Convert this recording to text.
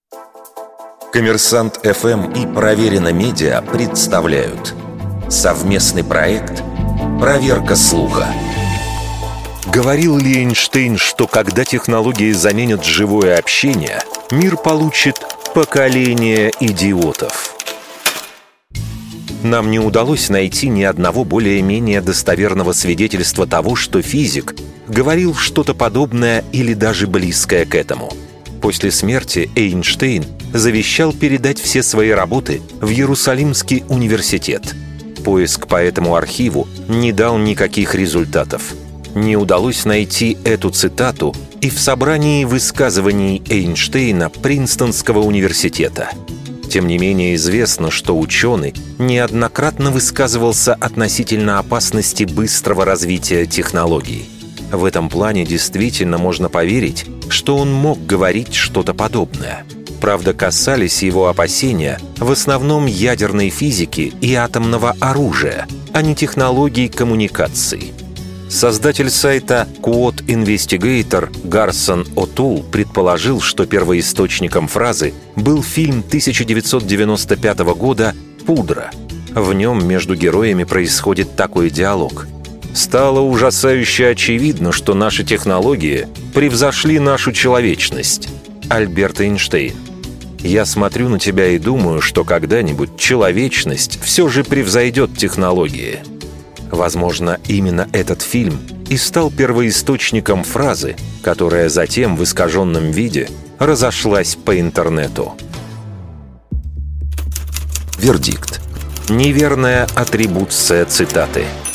Коммерсант ФМ и Проверено Медиа представляют совместный проект «Проверка слуха». Говорил ли Эйнштейн, что когда технологии заменят живое общение, мир получит поколение идиотов? Нам не удалось найти ни одного более-менее достоверного свидетельства того, что физик говорил что-то подобное или даже близкое к этому. После смерти Эйнштейн завещал передать все свои работы в Иерусалимский университет. Поиск по этому архиву не дал никаких результатов. Не удалось найти эту цитату и в собрании высказываний Эйнштейна Принстонского университета. Тем не менее известно, что ученый неоднократно высказывался относительно опасности быстрого развития технологий. В этом плане действительно можно поверить, что он мог говорить что-то подобное. Правда, касались его опасения в основном ядерной физики и атомного оружия, а не технологий коммуникаций. Создатель сайта Quote Investigator Гарсон О'Тул предположил, что первоисточником фразы был фильм 1995 года «Пудра». В нем между героями происходит такой диалог: «Стало ужасающе очевидно, что наши технологии превзошли нашу человечность. Альберт Эйнштейн. Я смотрю на тебя и думаю, что когда-нибудь человечность все же превзойдет технологии». Возможно, именно этот фильм и стал первоисточником фразы, которая затем в искаженном виде разошлась по интернету. Вердикт. Неверная атрибуция цитаты.